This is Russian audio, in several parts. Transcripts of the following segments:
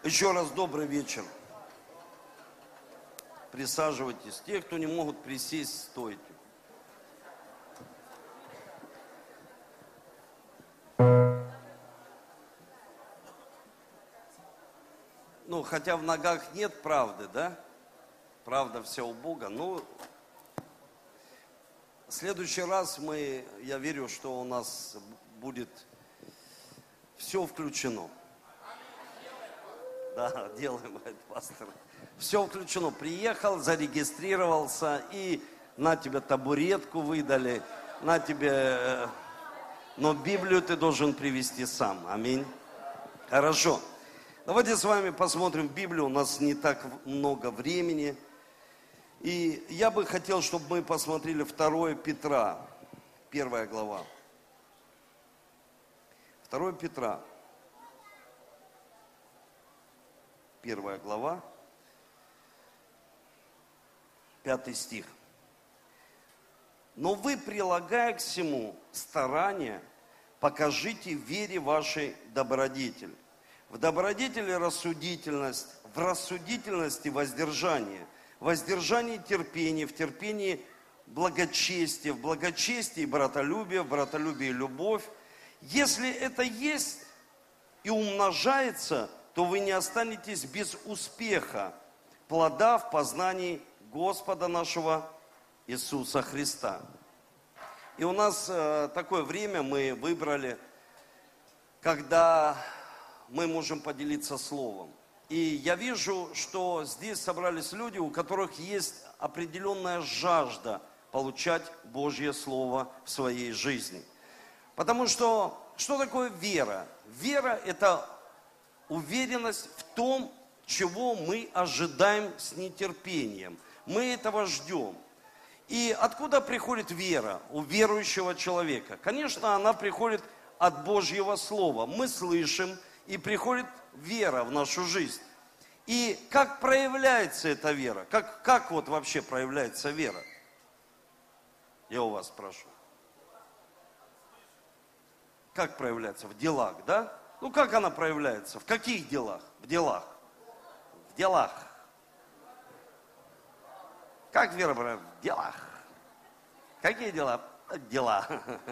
Еще раз добрый вечер. Присаживайтесь. Те, кто не могут присесть, стойте. Ну, хотя в ногах нет правды, да? Правда вся у Бога. Ну, в следующий раз я верю, что у нас будет все включено. Да, делаем это, пастор. Все включено. Приехал, зарегистрировался, и на тебе табуретку выдали, на тебе... Но Библию ты должен привести сам. Аминь. Хорошо. Давайте с вами посмотрим Библию. У нас не так много времени. И я бы хотел, чтобы мы посмотрели 2 Петра, 1 глава. 2 Петра, 1 глава, 5 стих. «Но вы, прилагая к всему старания, покажите в вере вашей добродетель. В добродетели рассудительность, в рассудительности воздержание, в воздержании терпение, в терпении благочестие, в благочестии братолюбие, в братолюбии любовь. Если это есть и умножается, то вы не останетесь без успеха, плода в познании Господа нашего Иисуса Христа». И у нас такое время мы выбрали, когда мы можем поделиться словом. И я вижу, что здесь собрались люди, у которых есть определенная жажда получать Божье Слово в своей жизни. Потому что такое вера? Вера – это уверенность в том, чего мы ожидаем с нетерпением. Мы этого ждем. И откуда приходит вера у верующего человека? Конечно, она приходит от Божьего Слова. Мы слышим, и приходит вера в нашу жизнь. И как проявляется эта вера? Как вот вообще проявляется вера? Я у вас спрошу. Как проявляется? В делах, да? Ну, как она проявляется? В каких делах? В делах. В делах. Как вера проявляется? В делах. Какие дела? Дела.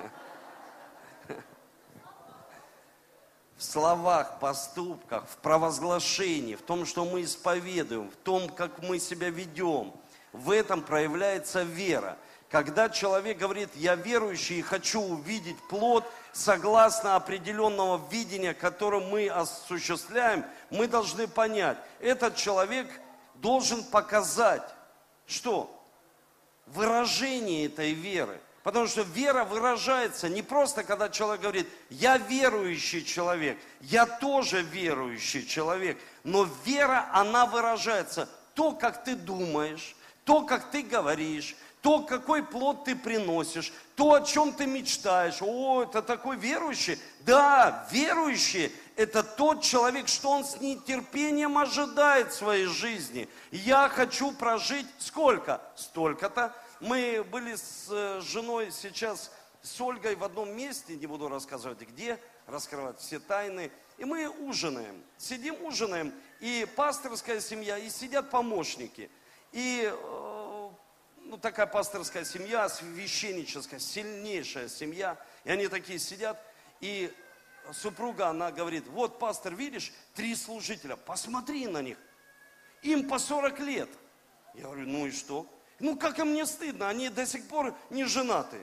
В словах, поступках, в провозглашении, в том, что мы исповедуем, в том, как мы себя ведем. В этом проявляется вера. Когда человек говорит: я верующий и хочу увидеть плод, согласно определенного видения, которое мы осуществляем, мы должны понять, этот человек должен показать, что? Выражение этой веры. Потому что вера выражается не просто, когда человек говорит: я верующий человек, я тоже верующий человек. Но вера, она выражается то, как ты думаешь, то, как ты говоришь, то, какой плод ты приносишь, то, о чем ты мечтаешь. О, это такой верующий. Да, верующий – это тот человек, что он с нетерпением ожидает в своей жизни. Я хочу прожить сколько? Столько-то. Мы были с женой сейчас, с Ольгой в одном месте, не буду рассказывать где, раскрывать все тайны. И мы ужинаем, сидим ужинаем, и пасторская семья, и сидят помощники. И такая пасторская семья, священническая, сильнейшая семья. И они такие сидят, и супруга, она говорит: вот, пастор, видишь, 3 служителя, посмотри на них, им по 40 лет. Я говорю: ну и что? Ну, как им не стыдно, они до сих пор не женаты.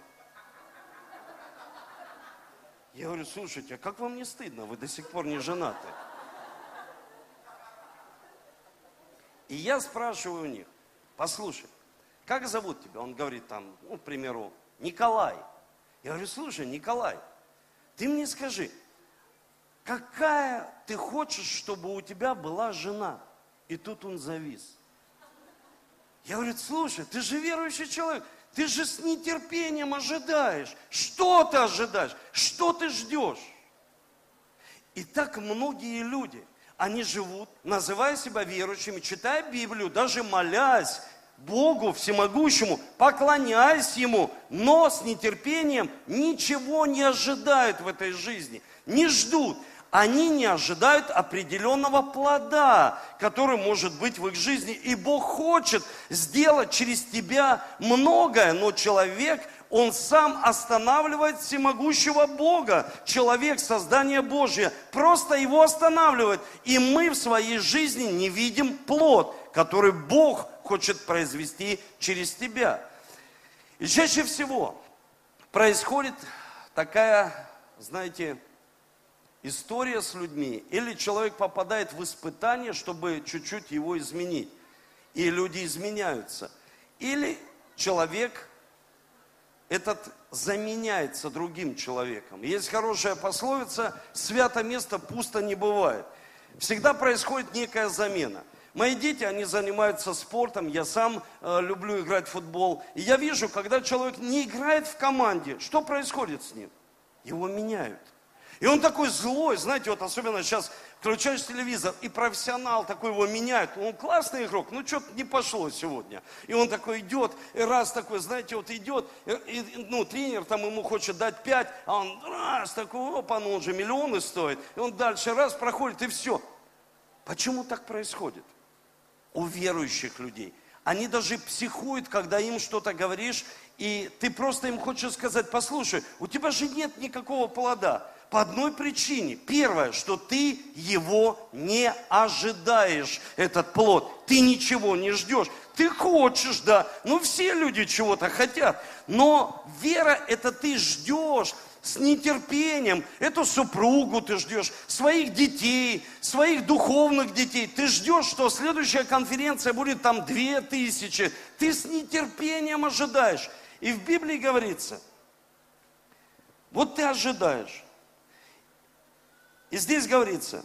Я говорю: слушайте, а как вам не стыдно, вы до сих пор не женаты? И я спрашиваю у них: послушай, как зовут тебя? Он говорит там, к примеру, Николай. Я говорю: слушай, Николай, ты мне скажи, какая ты хочешь, чтобы у тебя была жена? И тут он завис. Я говорю: слушай, ты же верующий человек, ты же с нетерпением ожидаешь. Что ты ожидаешь? Что ты ждешь? И так многие люди, они живут, называя себя верующими, читая Библию, даже молясь Богу всемогущему, поклоняясь Ему, но с нетерпением ничего не ожидают в этой жизни, не ждут. они не ожидают определенного плода, который может быть в их жизни. И Бог хочет сделать через тебя многое, но человек, он сам останавливает всемогущего Бога. Человек, создание Божье, просто его останавливает. И мы в своей жизни не видим плод, который Бог хочет произвести через тебя. И чаще всего происходит такая, знаете, история с людьми. Или человек попадает в испытание, чтобы чуть-чуть его изменить. И люди изменяются. Или человек этот заменяется другим человеком. Есть хорошая пословица: свято место пусто не бывает. Всегда происходит некая замена. Мои дети, они занимаются спортом, я сам люблю играть в футбол. И я вижу, когда человек не играет в команде, что происходит с ним? Его меняют. И он такой злой, знаете, вот особенно сейчас включаешь телевизор, и профессионал такой его меняет. Он классный игрок, но что-то не пошло сегодня. И он такой идет, и раз такой, знаете, вот идет, и тренер там ему хочет дать 5, а он раз такой, опа, ну он же миллионы стоит. И он дальше раз проходит, и все. Почему так происходит? У верующих людей. Они даже психуют, когда им что-то говоришь, и ты просто им хочешь сказать: послушай, у тебя же нет никакого плода. По одной причине. Первое, что ты его не ожидаешь, этот плод. Ты ничего не ждешь. Ты хочешь, да. Ну, все люди чего-то хотят. Но вера – это ты ждешь с нетерпением. Эту супругу ты ждешь, своих детей, своих духовных детей. Ты ждешь, что следующая конференция будет там 2000. Ты с нетерпением ожидаешь. И в Библии говорится, вот ты ожидаешь. И здесь говорится,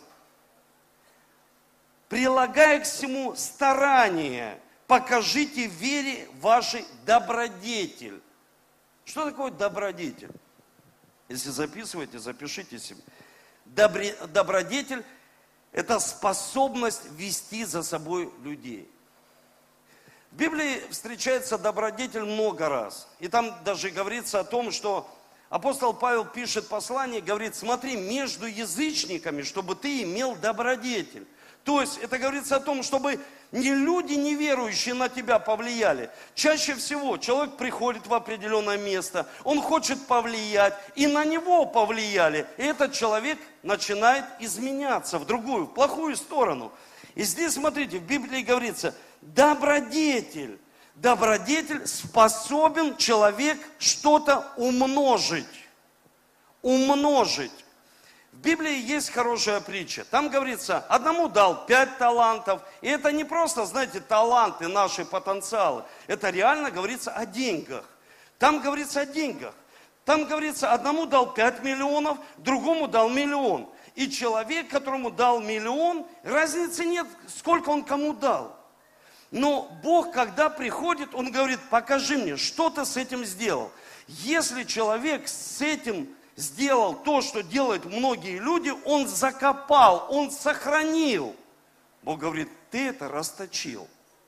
прилагая к всему старание, покажите в вере вашей добродетель. Что такое добродетель? Если записываете, запишите себе. Добродетель – это способность вести за собой людей. В Библии встречается добродетель много раз. И там даже говорится о том, что апостол Павел пишет послание, говорит: смотри, между язычниками, чтобы ты имел добродетель. То есть это говорится о том, чтобы не люди неверующие на тебя повлияли. Чаще всего человек приходит в определенное место, он хочет повлиять, и на него повлияли. И этот человек начинает изменяться в другую, в плохую сторону. И здесь, смотрите, в Библии говорится, добродетель. Добродетель способен человек что-то умножить. Умножить. В Библии есть хорошая притча. Там говорится, одному дал 5 талантов. И это не просто, знаете, таланты, наши потенциалы. Это реально говорится о деньгах. Там говорится о деньгах. Там говорится, одному дал 5 миллионов, другому дал 1 миллион. И человек, которому дал 1 миллион, разницы нет, сколько он кому дал. Но Бог, когда приходит, Он говорит: покажи мне, что ты с этим сделал. Если человек с этим сделал то, что делают многие люди, он закопал, он сохранил. Бог говорит: ты это расточил.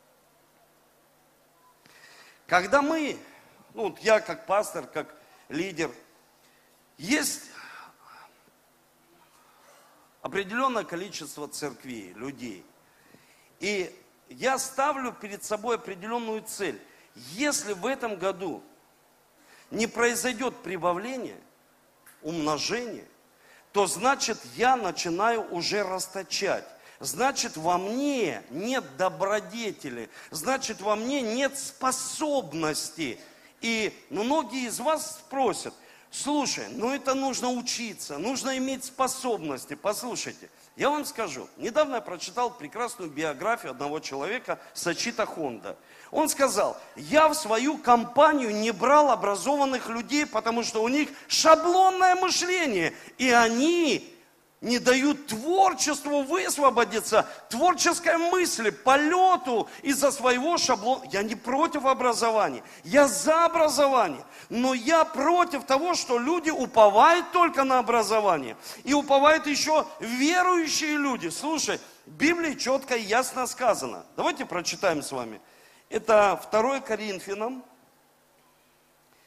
Когда мы, я как пастор, как лидер, есть определенное количество церквей, людей. И я ставлю перед собой определенную цель. Если в этом году не произойдет прибавление, умножение, то значит я начинаю уже расточать. Значит, во мне нет добродетели, значит, во мне нет способности. И многие из вас спросят: слушай, это нужно учиться, нужно иметь способности. Послушайте, я вам скажу, недавно я прочитал прекрасную биографию одного человека, Сачита Хонда. Он сказал: я в свою компанию не брал образованных людей, потому что у них шаблонное мышление, и они не дают творчеству высвободиться, творческой мысли, полету из-за своего шаблона. Я не против образования, я за образование, но я против того, что люди уповают только на образование. И уповают еще верующие люди. Слушай, в Библии четко и ясно сказано. Давайте прочитаем с вами. Это 2 Коринфянам.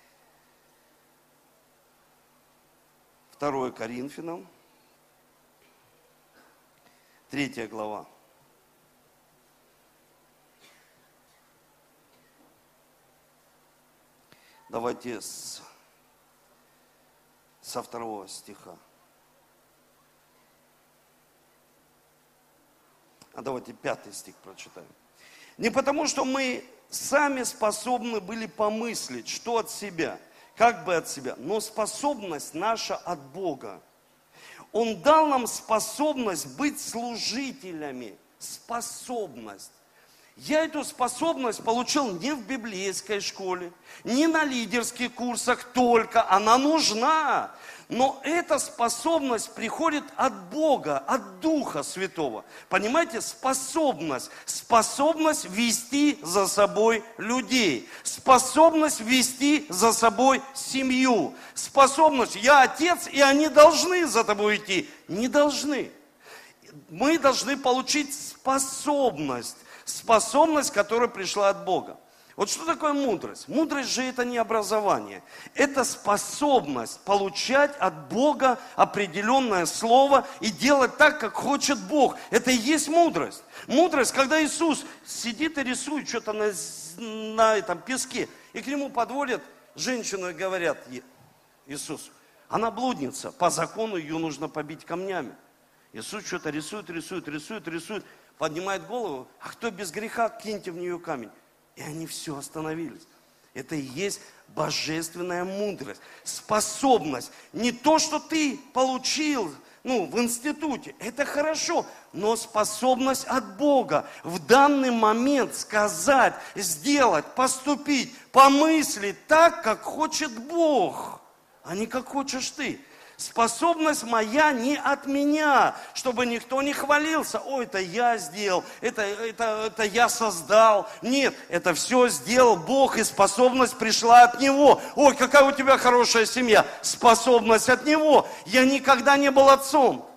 2 Коринфянам. 3 глава. Давайте со 2 стиха. Давайте 5 стих прочитаем. Не потому, что мы сами способны были помыслить, что от себя, как бы от себя, но способность наша от Бога. Он дал нам способность быть служителями. Способность. Я эту способность получил не в библейской школе, не на лидерских курсах только. Она нужна. Но эта способность приходит от Бога, от Духа Святого. Понимаете, способность. Способность вести за собой людей. Способность вести за собой семью. Способность. Я отец, и они должны за тобой идти. Не должны. Мы должны получить способность. Способность, которая пришла от Бога. Вот что такое мудрость? Мудрость же это не образование. Это способность получать от Бога определенное слово и делать так, как хочет Бог. Это и есть мудрость. Мудрость, когда Иисус сидит и рисует что-то на этом песке, и к нему подводят женщину и говорят: Иисус, она блудница, по закону ее нужно побить камнями. Иисус что-то рисует, поднимает голову: а кто без греха, киньте в нее камень. И они все остановились. Это и есть божественная мудрость, способность. Не то, что ты получил в институте, это хорошо, но способность от Бога в данный момент сказать, сделать, поступить, помыслить так, как хочет Бог, а не как хочешь ты. Способность моя не от меня, чтобы никто не хвалился. Ой, это я сделал, это я создал. Нет, это все сделал Бог, и способность пришла от Него. Ой, какая у тебя хорошая семья. Способность от Него. Я никогда не был отцом.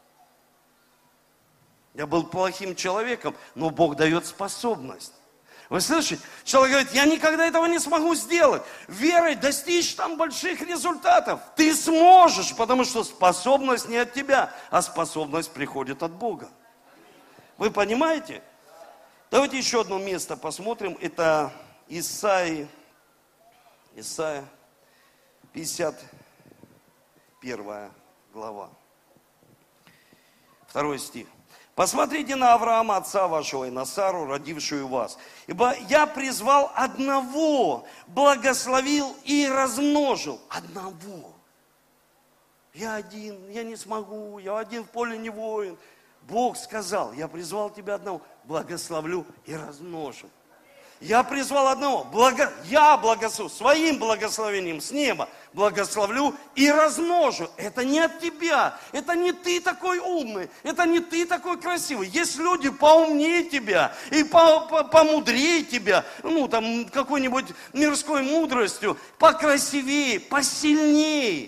Я был плохим человеком, но Бог дает способность. Вы слышите? Человек говорит: я никогда этого не смогу сделать. Верой достичь там больших результатов. Ты сможешь, потому что способность не от тебя, а способность приходит от Бога. Вы понимаете? Давайте еще одно место посмотрим. Это Исайя 51 глава. 2 стих. Посмотрите на Авраама, отца вашего, и на Сару, родившую вас. Ибо я призвал одного, благословил и размножил. Одного. Я один, я не смогу, я один в поле не воин. Бог сказал: я призвал тебя одного, благословлю и размножу. Я призвал одного, я благословлю, своим благословением с неба благословлю и размножу. Это не от тебя, это не ты такой умный, это не ты такой красивый. Есть люди поумнее тебя и помудрее тебя, какой-нибудь мирской мудростью, покрасивее, посильнее,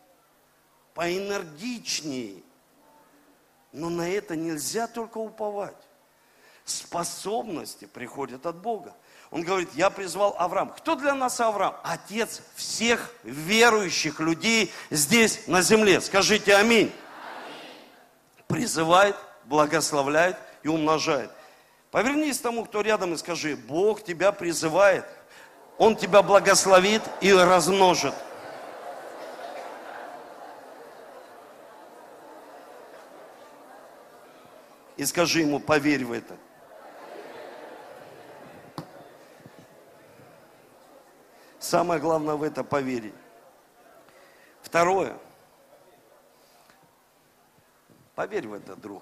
поэнергичнее. Но на это нельзя только уповать. Способности приходят от Бога. Он говорит: я призвал Авраама. Кто для нас Авраам? Отец всех верующих людей здесь на земле. Скажите аминь. Призывает, благословляет и умножает. Повернись к тому, кто рядом, и скажи: Бог тебя призывает, Он тебя благословит и размножит. И скажи ему: поверь в это. Самое главное в это поверить. Второе. Поверь в это, друг.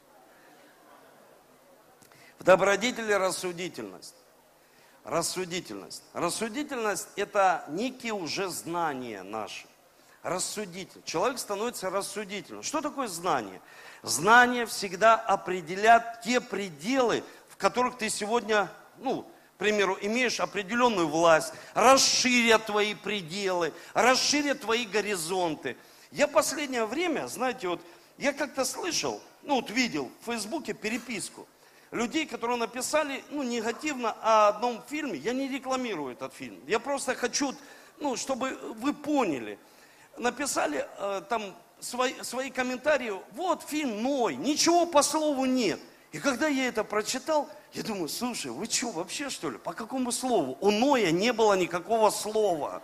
В добродетели рассудительность. Рассудительность. Рассудительность – это некие уже знания наши. Рассудитель. Человек становится рассудительным. Что такое знание? Знания всегда определят те пределы, в которых ты сегодня, к примеру, имеешь определенную власть, расширят твои пределы, расширят твои горизонты. Я в последнее время, знаете, я как-то слышал, видел в Фейсбуке переписку людей, которые написали, негативно о одном фильме. Я не рекламирую этот фильм. Я просто хочу, чтобы вы поняли. написали там свои комментарии. Вот фильм Ной, ничего по слову нет. И когда я это прочитал, я думаю, слушай, вы что, вообще что ли? По какому слову? У Ноя не было никакого слова.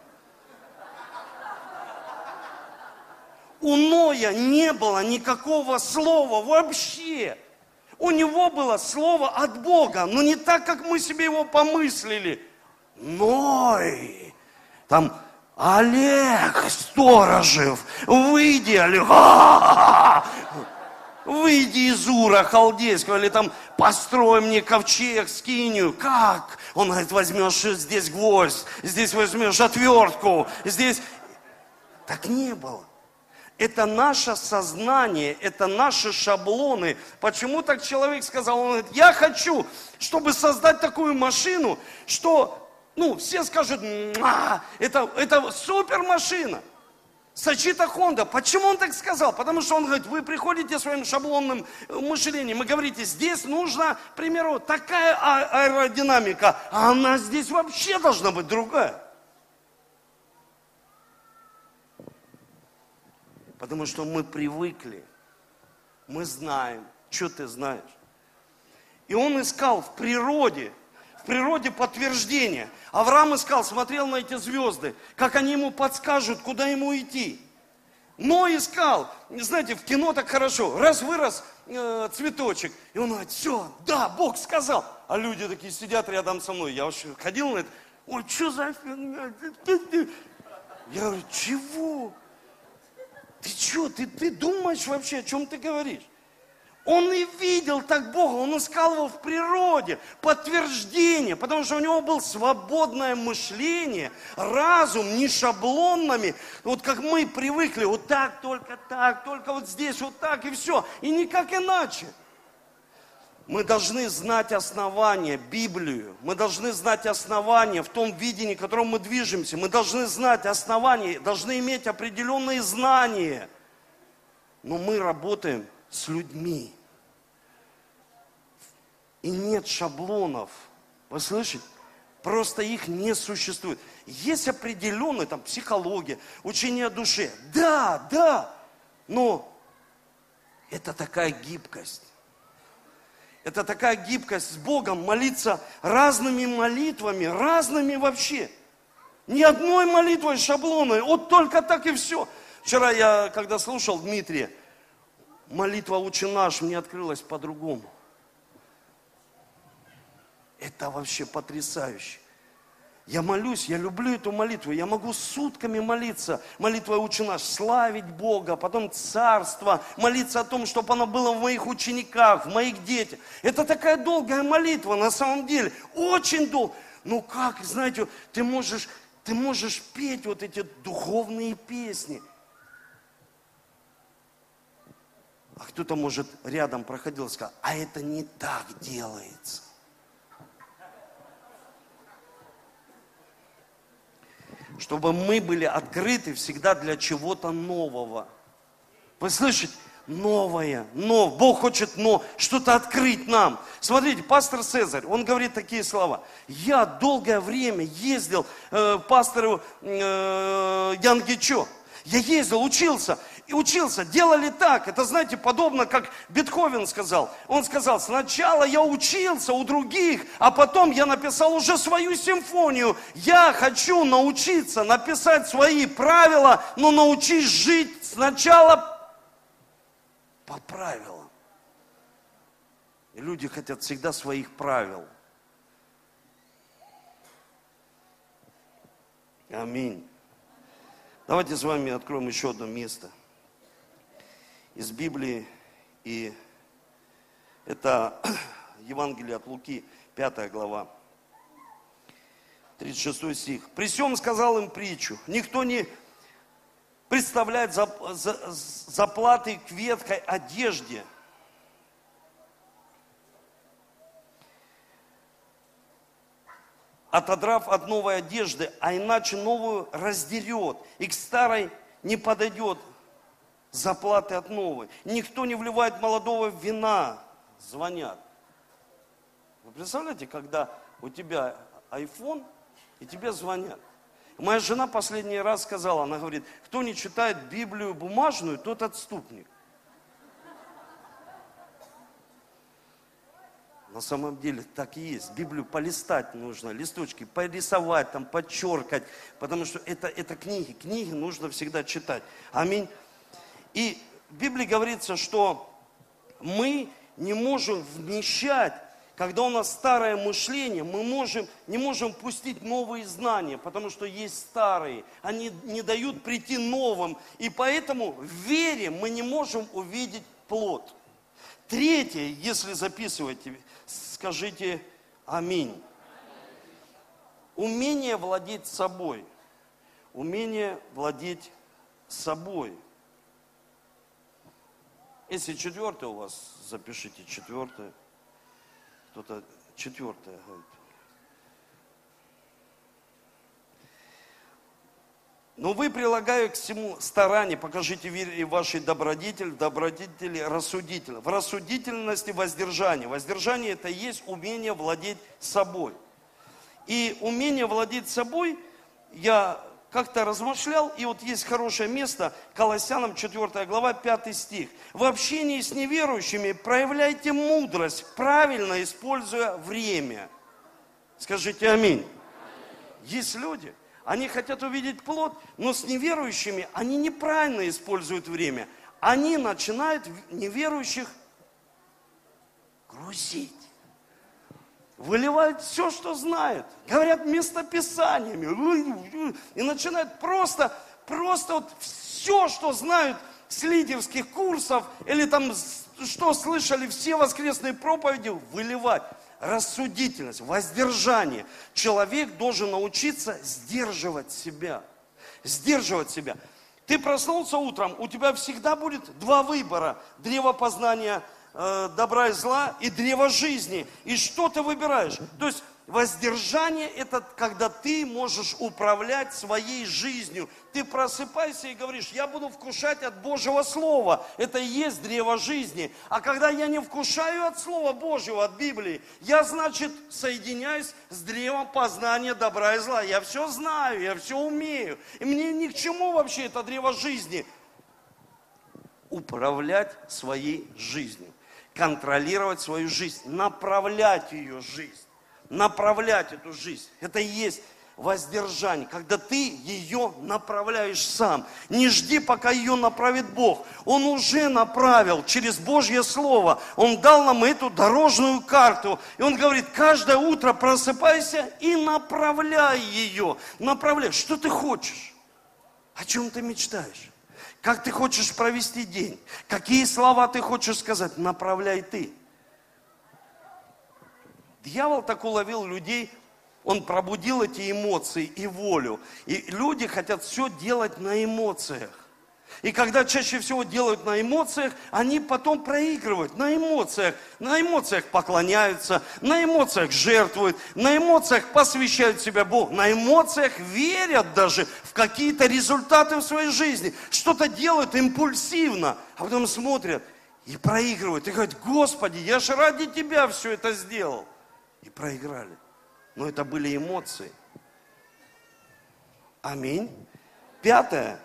У Ноя не было никакого слова вообще. У него было слово от Бога, но не так, как мы себе его помыслили. Ной, там Олег Сторожев, выйди, Олег, выйди из Ура Халдейского, или там построй мне ковчег, скинию. Как? Он говорит, возьмешь здесь гвоздь, здесь возьмешь отвертку, здесь. Так не было. Это наше сознание, это наши шаблоны. Почему так человек сказал? Он говорит, я хочу, чтобы создать такую машину, что, все скажут, это супер машина. Сачита Хонда. Почему он так сказал? Потому что он говорит, вы приходите своим шаблонным мышлением и говорите, здесь нужна, к примеру, такая аэродинамика, а она здесь вообще должна быть другая. Потому что мы привыкли, мы знаем, что ты знаешь. И он искал в природе подтверждение. Авраам искал, смотрел на эти звезды, как они ему подскажут, куда ему идти. Но искал, знаете, в кино так хорошо, раз вырос цветочек, и он говорит, все, да, Бог сказал. А люди такие сидят рядом со мной, я вообще ходил на это, ой, что за фигня? Я говорю, чего? Ты что, ты думаешь вообще, о чем ты говоришь? Он и видел так Бога, он искал его в природе, подтверждение, потому что у него было свободное мышление, разум, не шаблонными, вот как мы привыкли, вот так, только вот здесь, вот так и все, и никак иначе. Мы должны знать основания, Библию. Мы должны знать основания в том видении, в котором мы движемся. Мы должны знать основания, должны иметь определенные знания. Но мы работаем с людьми. И нет шаблонов. Вы слышите? Просто их не существует. Есть определенная там психология, учение о душе. Да, но это такая гибкость. Это такая гибкость с Богом, молиться разными молитвами, разными вообще. Ни одной молитвой шаблонной, вот только так и все. Вчера я, когда слушал Дмитрия, молитва «Отче наш» мне открылась по-другому. Это вообще потрясающе. Я молюсь, я люблю эту молитву, я могу сутками молиться, молитвой «Отче наш», славить Бога, потом Царство, молиться о том, чтобы оно было в моих учениках, в моих детях. Это такая долгая молитва на самом деле, очень долгая. Ну как, знаете, ты можешь петь вот эти духовные песни. А кто-то, может, рядом проходил и сказал, а это не так делается. Чтобы мы были открыты всегда для чего-то нового. Вы слышите? Новое. Но Бог хочет что-то открыть нам. Смотрите, пастор Цезарь, он говорит такие слова. Я долгое время ездил пастору Ян Гечо. Я ездил, учился. Делали так. Это, знаете, подобно, как Бетховен сказал. Он сказал, сначала я учился у других, а потом я написал уже свою симфонию. Я хочу научиться написать свои правила, но научись жить сначала по правилам. И люди хотят всегда своих правил. Аминь. Давайте с вами откроем еще одно место из Библии, и это Евангелие от Луки, 5 глава, 36 стих. «При сем сказал им притчу, никто не представляет заплаты к ветхой одежде, отодрав от новой одежды, а иначе новую раздерет, и к старой не подойдет заплаты от новой. Никто не вливает молодого вина», звонят. Вы представляете, когда у тебя iPhone, и тебе звонят. Моя жена последний раз сказала, она говорит, кто не читает Библию бумажную, тот отступник. На самом деле так и есть. Библию полистать нужно, листочки порисовать, там, подчеркать, потому что это книги. Книги нужно всегда читать. Аминь. И в Библии говорится, что мы не можем вмещать, когда у нас старое мышление, мы не можем пустить новые знания, потому что есть старые. Они не дают прийти новым. И поэтому в вере мы не можем увидеть плод. Третье, если записываете, скажите аминь. Умение владеть собой. Умение владеть собой. Если четвертое у вас, запишите четвертое. Кто-то четвертое говорит. Но вы, прилагая к всему старание, покажите вере вашей добродетель, в добродетели рассудительно. В рассудительности воздержание. Воздержание это и есть умение владеть собой. И умение владеть собой, я как-то размышлял, и вот есть хорошее место, Колоссянам 4 глава, 5 стих. В общении с неверующими проявляйте мудрость, правильно используя время. Скажите аминь. Есть люди, они хотят увидеть плод, но с неверующими они неправильно используют время. Они начинают неверующих грузить. Выливают все, что знают. Говорят местописаниями. И начинают просто вот все, что знают с лидерских курсов, или там, что слышали все воскресные проповеди, выливать. Рассудительность, воздержание. Человек должен научиться сдерживать себя. Сдерживать себя. Ты проснулся утром, у тебя всегда будет два выбора. Древо познания добра и зла и древо жизни. И что ты выбираешь? То есть воздержание это когда ты можешь управлять своей жизнью. Ты просыпаешься и говоришь, я буду вкушать от Божьего Слова. Это и есть древо жизни. А когда я не вкушаю от Слова Божьего, от Библии, я, значит, соединяюсь с древом познания добра и зла. Я все знаю, я все умею. И мне ни к чему вообще это древо жизни. Управлять своей жизнью. Контролировать свою жизнь, направлять ее жизнь, направлять эту жизнь. Это и есть воздержание, когда ты ее направляешь сам. Не жди, пока ее направит Бог. Он уже направил через Божье Слово. Он дал нам эту дорожную карту. И Он говорит, каждое утро просыпайся и направляй ее. Направляй. Что ты хочешь? О чем ты мечтаешь? Как ты хочешь провести день? Какие слова ты хочешь сказать? Направляй ты. Дьявол так уловил людей, он пробудил эти эмоции и волю. И люди хотят все делать на эмоциях. И когда чаще всего делают на эмоциях, они потом проигрывают на эмоциях. На эмоциях поклоняются, на эмоциях жертвуют, на эмоциях посвящают себя Богу, на эмоциях верят даже в какие-то результаты в своей жизни. Что-то делают импульсивно, а потом смотрят и проигрывают. И говорят, Господи, я же ради Тебя все это сделал. И проиграли. Но это были эмоции. Аминь. Пятое.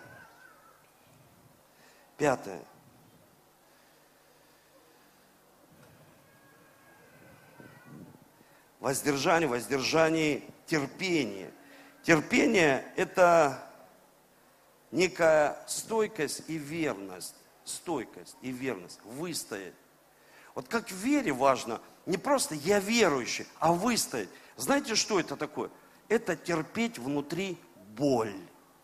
Воздержание, терпение. Терпение – это некая стойкость и верность. Стойкость и верность. Выстоять. Вот как в вере важно, не просто я верующий, а выстоять. Знаете, что это такое? Это терпеть внутри боль.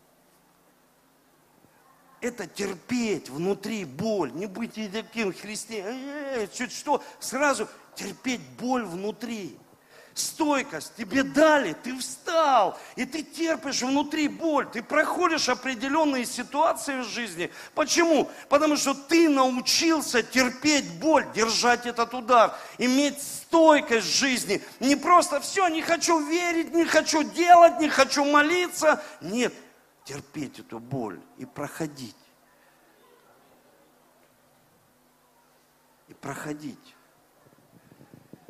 Это терпеть внутри боль. Не быть таким христианином. Чуть что, сразу терпеть боль внутри. Стойкость тебе дали, ты встал, и ты терпишь внутри боль. Ты проходишь определенные ситуации в жизни. Почему? Потому что ты научился терпеть боль, держать этот удар, иметь стойкость в жизни. Не просто все, не хочу верить, не хочу делать, не хочу молиться. Нет. Терпеть эту боль и проходить. И проходить.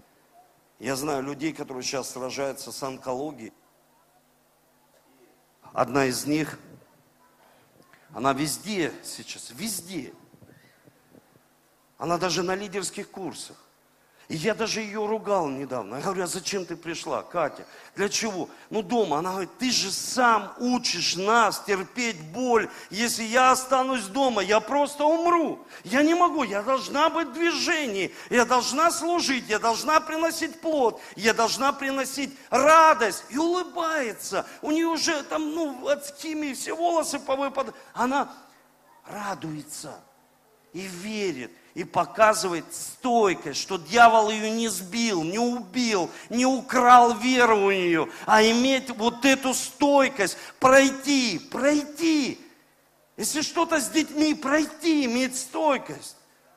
Я знаю людей, которые сейчас сражаются с онкологией. одна из них, она везде сейчас, везде. Она даже на лидерских курсах. И я даже ее ругал недавно. Я говорю, а зачем ты пришла, Катя? Для чего? Ну, дома. Она говорит, ты же сам учишь нас терпеть боль. Если я останусь дома, я просто умру. Я не могу, я должна быть в движении. Я должна служить, я должна приносить плод. Я должна приносить радость. И улыбается. У нее уже там, от химии все волосы повыпадают. Она радуется и верит. И показывает стойкость, что дьявол ее не сбил, не убил, не украл веру у нее, а иметь вот эту стойкость, пройти. Если что-то с детьми, пройти, иметь стойкость.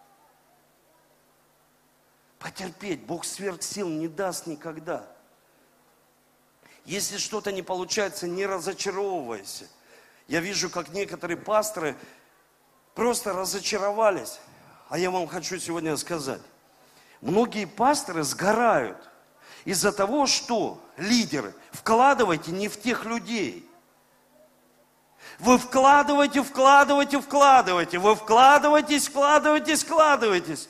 Потерпеть. Бог сверх сил не даст никогда. Если что-то не получается, не разочаровывайся. Я вижу, как некоторые пасторы просто разочаровались. А я вам хочу сегодня сказать, многие пасторы сгорают из-за того, что лидеры, вкладывайте не в тех людей. Вы вкладываете, вы вкладываетесь.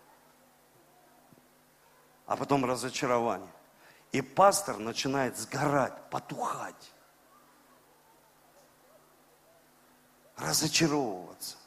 А потом разочарование. И пастор начинает сгорать, потухать, разочаровываться.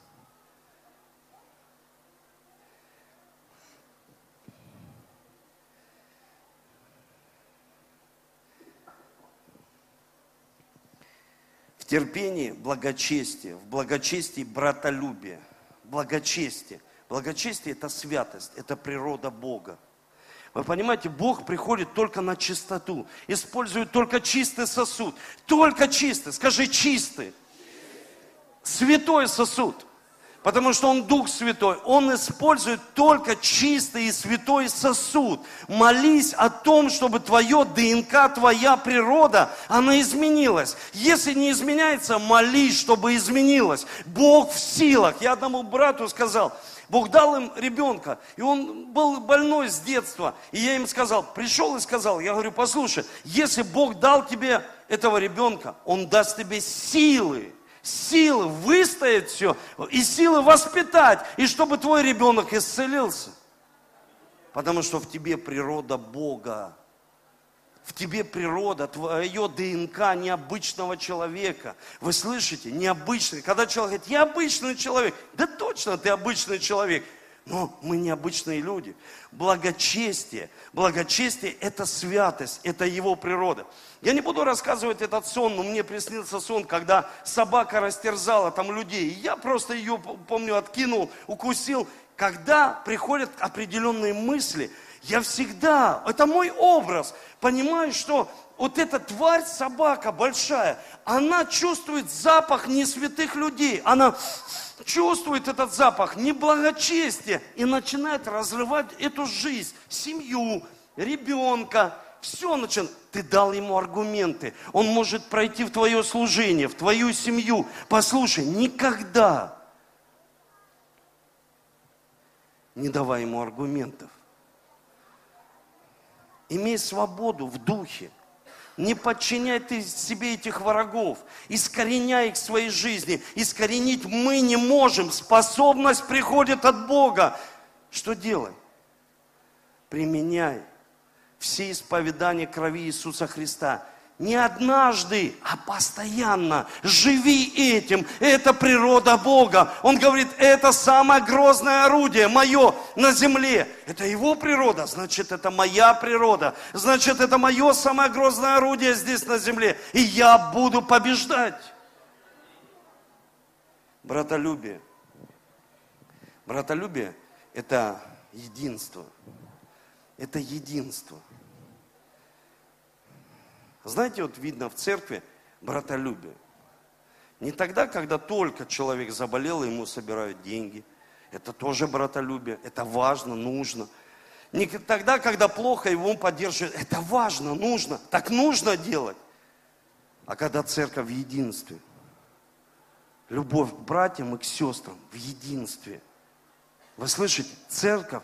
В терпении благочестие, в благочестии братолюбие, благочестие. Благочестие – это святость, это природа Бога. Вы понимаете, Бог приходит только на чистоту, использует только чистый сосуд. Только чистый, скажи чистый. Святой сосуд. Потому что Он Дух Святой. Он использует только чистый и святой сосуд. Молись о том, чтобы твое ДНК, твоя природа, она изменилась. Если не изменяется, молись, чтобы изменилась. Бог в силах. Я одному брату сказал, Бог дал им ребенка, и он был больной с детства. И я им сказал, пришел и сказал, я говорю, послушай, если Бог дал тебе этого ребенка, Он даст тебе силы выстоять все, и силы воспитать, и чтобы твой ребенок исцелился. Потому что в тебе природа Бога. В тебе природа, твое ДНК необычного человека. Вы слышите? Необычный. Когда человек говорит, я обычный человек. Да точно, ты обычный человек. Но мы необычные люди. Благочестие. Благочестие – это святость, это его природа. Я не буду рассказывать этот сон, но мне приснился сон, когда собака растерзала там людей. И я просто ее, помню, откинул, укусил. Когда приходят определенные мысли, я всегда, это мой образ, понимаю, что вот эта тварь, собака большая, она чувствует запах несвятых людей. Она чувствует этот запах неблагочестия и начинает разрывать эту жизнь, семью, ребенка. Все начинает. Ты дал ему аргументы. Он может пройти в твое служение, в твою семью. Послушай, никогда не давай ему аргументов. Имей свободу в духе. Не подчиняй ты себе этих врагов. Искореняй их в своей жизни. Искоренить мы не можем. Способность приходит от Бога. Что делай? Применяй все исповедания крови Иисуса Христа. Не однажды, а постоянно. Живи этим. Это природа Бога. Он говорит, это самое грозное орудие мое на земле. Это его природа, значит, это моя природа. Значит, это мое самое грозное орудие здесь на земле. И я буду побеждать. Братолюбие. Братолюбие – это единство. Это единство. Знаете, вот видно в церкви братолюбие. Не тогда, когда только человек заболел, и ему собирают деньги. Это тоже братолюбие. Это важно, нужно. Не тогда, когда плохо, его поддерживают. Это важно, нужно. Так нужно делать. А когда церковь в единстве. Любовь к братьям и к сестрам в единстве. Вы слышите? Церковь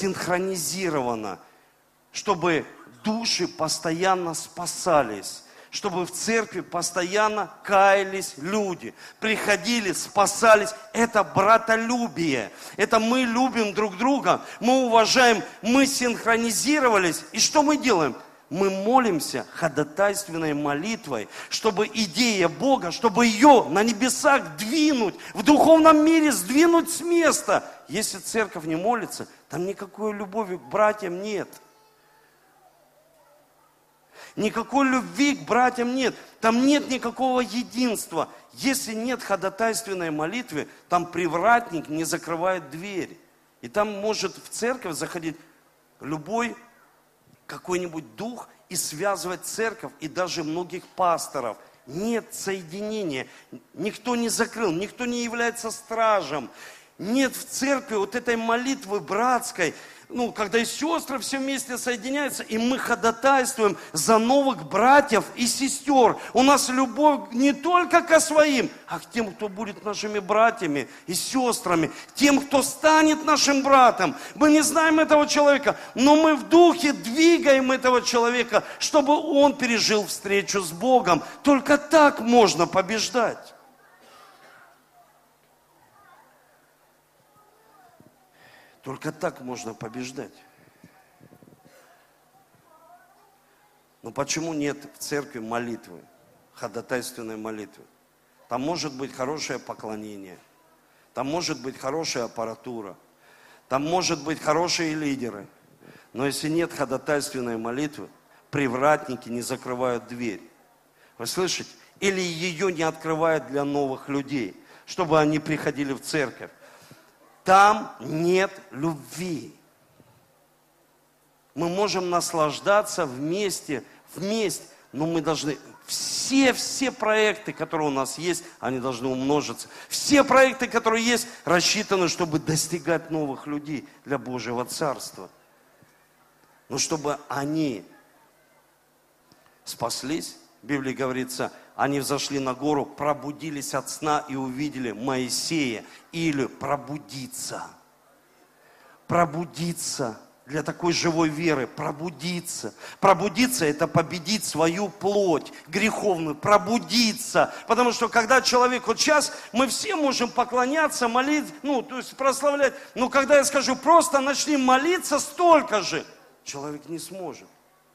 синхронизирована, чтобы души постоянно спасались, чтобы в церкви постоянно каялись люди, приходили, спасались. Это братолюбие. Это мы любим друг друга, мы уважаем, мы синхронизировались. И что мы делаем? Мы молимся ходатайственной молитвой, чтобы идея Бога, чтобы ее на небесах двинуть, в духовном мире сдвинуть с места. Если церковь не молится, там никакой любови к братьям нет. Никакой любви к братьям нет. Там нет никакого единства. Если нет ходатайственной молитвы, там привратник не закрывает дверь. И там может в церковь заходить любой какой-нибудь дух и связывать церковь и даже многих пасторов. Нет соединения. Никто не закрыл, никто не является стражем. Нет в церкви вот этой молитвы братской, когда и сестры все вместе соединяются, и мы ходатайствуем за новых братьев и сестер. У нас любовь не только ко своим, а к тем, кто будет нашими братьями и сестрами, тем, кто станет нашим братом. Мы не знаем этого человека, но мы в духе двигаем этого человека, чтобы он пережил встречу с Богом. Только так можно побеждать. Только так можно побеждать. Но почему нет в церкви молитвы, ходатайственной молитвы? Там может быть хорошее поклонение, там может быть хорошая аппаратура, там может быть хорошие лидеры. Но если нет ходатайственной молитвы, привратники не закрывают дверь. Вы слышите? Или ее не открывают для новых людей, чтобы они приходили в церковь. Там нет любви. Мы можем наслаждаться вместе, но мы должны... Все проекты, которые у нас есть, они должны умножиться. Все проекты, которые есть, рассчитаны, чтобы достигать новых людей для Божьего Царства. Но чтобы они спаслись, в Библии говорится, они взошли на гору, пробудились от сна и увидели Моисея. Или пробудиться. Пробудиться для такой живой веры. Пробудиться. Пробудиться – это победить свою плоть греховную. Пробудиться. Потому что когда человек, вот сейчас мы все можем поклоняться, молить, то есть прославлять. Но когда я скажу, просто начни молиться столько же, человек не сможет.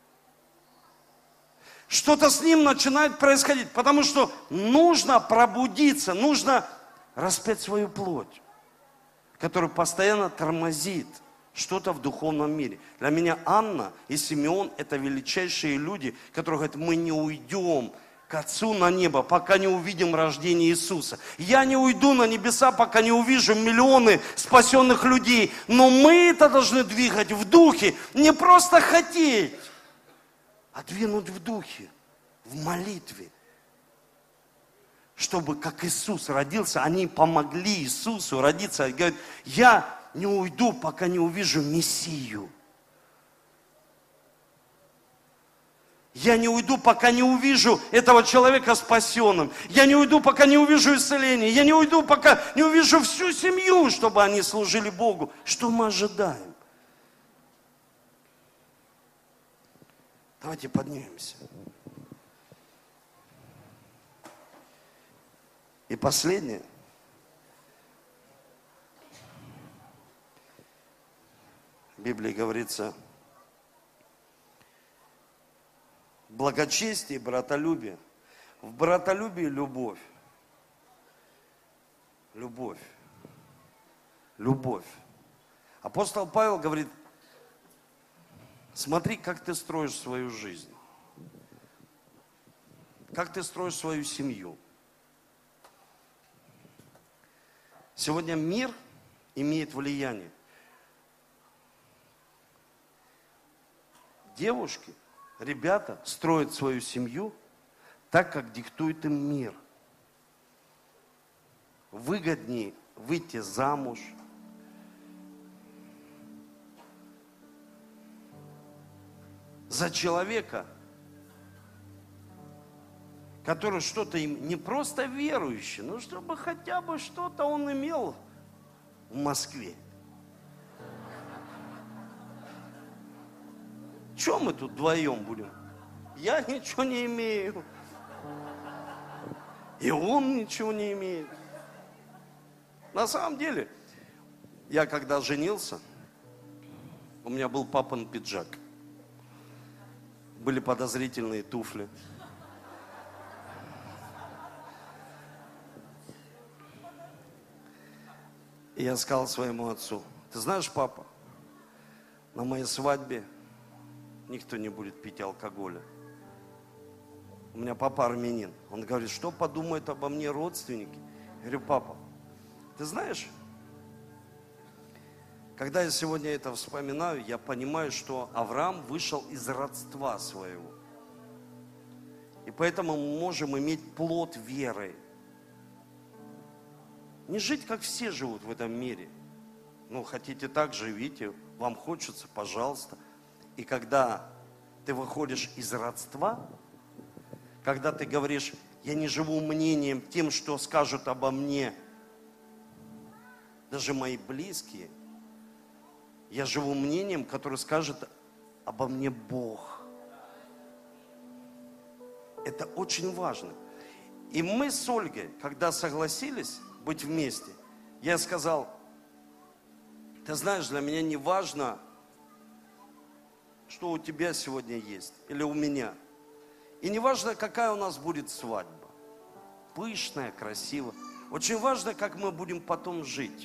Что-то с ним начинает происходить, потому что нужно пробудиться, нужно распять свою плоть, которая постоянно тормозит что-то в духовном мире. Для меня Анна и Симеон – это величайшие люди, которые говорят, мы не уйдем к Отцу на небо, пока не увидим рождение Иисуса. Я не уйду на небеса, пока не увижу миллионы спасенных людей. Но мы это должны двигать в духе, не просто хотеть, а двинуть в духе, в молитве. Чтобы, как Иисус родился, они помогли Иисусу родиться. И говорят, я не уйду, пока не увижу Мессию. Я не уйду, пока не увижу этого человека спасенным. Я не уйду, пока не увижу исцеление. Я не уйду, пока не увижу всю семью, чтобы они служили Богу. Что мы ожидаем? Давайте поднимемся. И последнее. В Библии говорится, благочестие и братолюбие. В братолюбии любовь. Любовь. Любовь. Апостол Павел говорит, смотри, как ты строишь свою жизнь. Как ты строишь свою семью. Сегодня мир имеет влияние. Девушки, ребята строят свою семью так, как диктует им мир. Выгоднее выйти замуж. За человека, который что-то им, не просто верующий, но чтобы хотя бы что-то он имел в Москве. Чем мы тут вдвоем будем? Я ничего не имею. И он ничего не имеет. На самом деле, я когда женился, у меня был папин пиджак. Были подозрительные туфли. И я сказал своему отцу: ты знаешь, папа, на моей свадьбе никто не будет пить алкоголя. У меня папа армянин. Он говорит: что подумают обо мне родственники? Я говорю: папа, ты знаешь, когда я сегодня это вспоминаю, я понимаю, что Авраам вышел из родства своего. И поэтому мы можем иметь плод веры. Не жить, как все живут в этом мире. Ну, хотите так, живите. Вам хочется, пожалуйста. И когда ты выходишь из родства, когда ты говоришь: я не живу мнением тем, что скажут обо мне даже мои близкие, я живу мнением, которое скажет обо мне Бог. Это очень важно. И мы с Ольгой, когда согласились быть вместе, я сказал: ты знаешь, для меня не важно, что у тебя сегодня есть или у меня. И не важно, какая у нас будет свадьба. Пышная, красивая. Очень важно, как мы будем потом жить.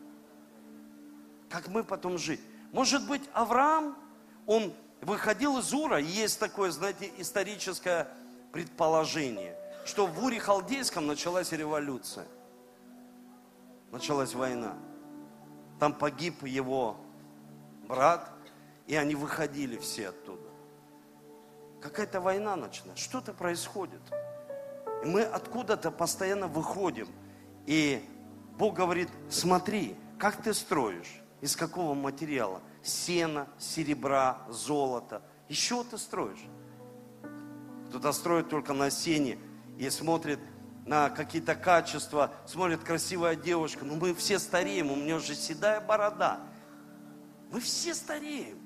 Как мы потом жить. Может быть, Авраам, он выходил из Ура, есть такое, знаете, историческое предположение, что в Уре Халдейском началась революция. Началась война. Там погиб его брат, и они выходили все оттуда. Какая-то война началась, что-то происходит. И мы откуда-то постоянно выходим. И Бог говорит: смотри, как ты строишь, из какого материала? Сена, серебра, золота. Из чего ты строишь? Кто-то строит только на сене и смотрит на какие-то качества, смотрит: красивая девушка. Но мы все стареем, у меня уже седая борода. Мы все стареем.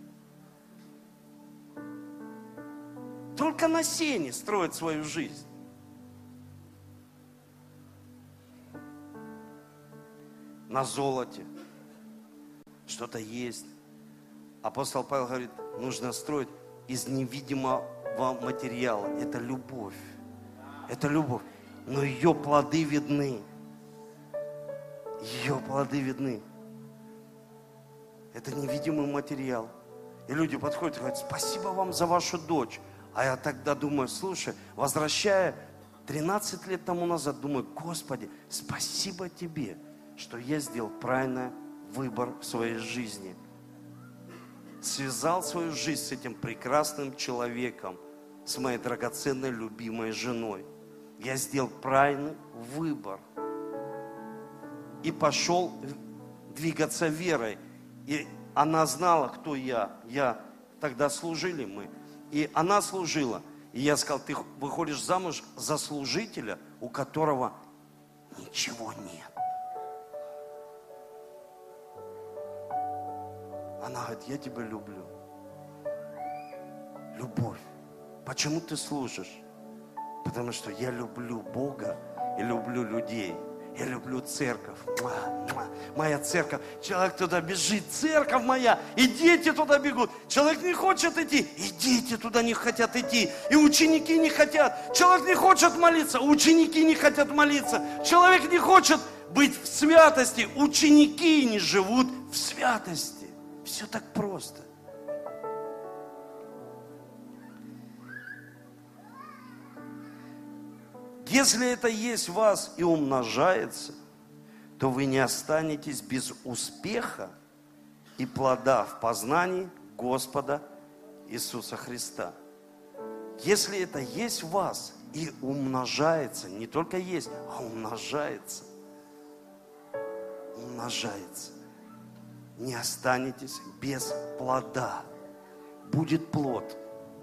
Только на сене строят свою жизнь. На золоте что-то есть. Апостол Павел говорит: нужно строить из невидимого материала. Это любовь. Это любовь. Но ее плоды видны. Ее плоды видны. Это невидимый материал. И люди подходят и говорят: спасибо вам за вашу дочь. А я тогда думаю: слушай, возвращая 13 лет тому назад, думаю: Господи, спасибо тебе, что я сделал правильный выбор в своей жизни. Связал свою жизнь с этим прекрасным человеком, с моей драгоценной, любимой женой. Я сделал правильный выбор. И пошел двигаться верой. И она знала, кто я. Тогда служили мы. И она служила. И я сказал: ты выходишь замуж за служителя, у которого ничего нет. Она говорит: я тебя люблю. Любовь. Почему ты служишь? Потому что я люблю Бога и люблю людей. Я люблю церковь. Моя церковь. Человек туда бежит. Церковь моя. И дети туда бегут. Человек не хочет идти. И дети туда не хотят идти. И ученики не хотят. Человек не хочет молиться. Ученики не хотят молиться. Человек не хочет быть в святости. Ученики не живут в святости. Все так просто. Если это есть в вас и умножается, то вы не останетесь без успеха и плода в познании Господа Иисуса Христа. Если это есть в вас и умножается, не только есть, а умножается, не останетесь без плода. Будет плод.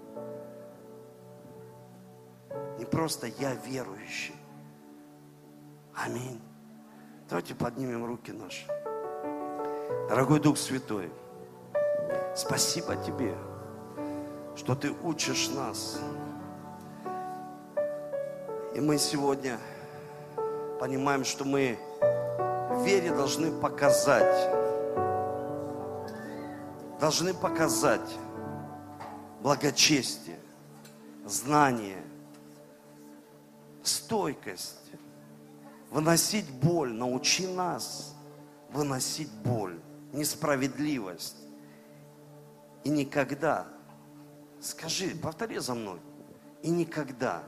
Не просто я верующий. Аминь. Давайте поднимем руки наши. Дорогой Дух Святой, спасибо Тебе, что Ты учишь нас. И мы сегодня понимаем, что мы в вере должны показать благочестие, знание, стойкость, выносить боль. Научи нас выносить боль, несправедливость. И никогда, скажи, повтори за мной, и никогда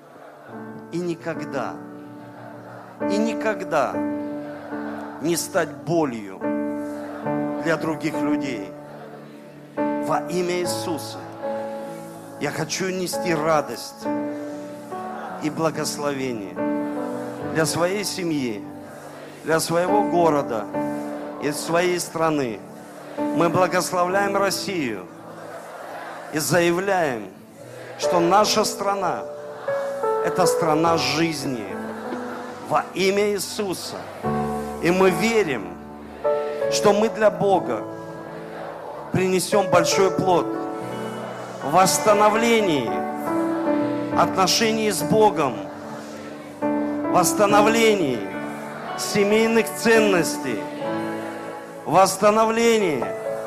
не стать болью для других людей. Во имя Иисуса я хочу нести радость и благословение для своей семьи, для своего города и своей страны. Мы благословляем Россию и заявляем, что наша страна – это страна жизни во имя Иисуса. И мы верим, что мы для Бога принесем большой плод в восстановлении отношений с Богом, в восстановлении семейных ценностей, в восстановлении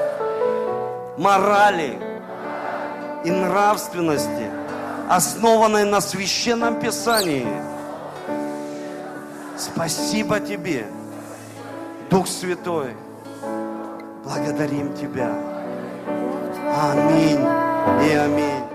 морали и нравственности, основанной на Священном Писании. Спасибо Тебе, Дух Святой. Благодарим Тебя. Аминь и аминь.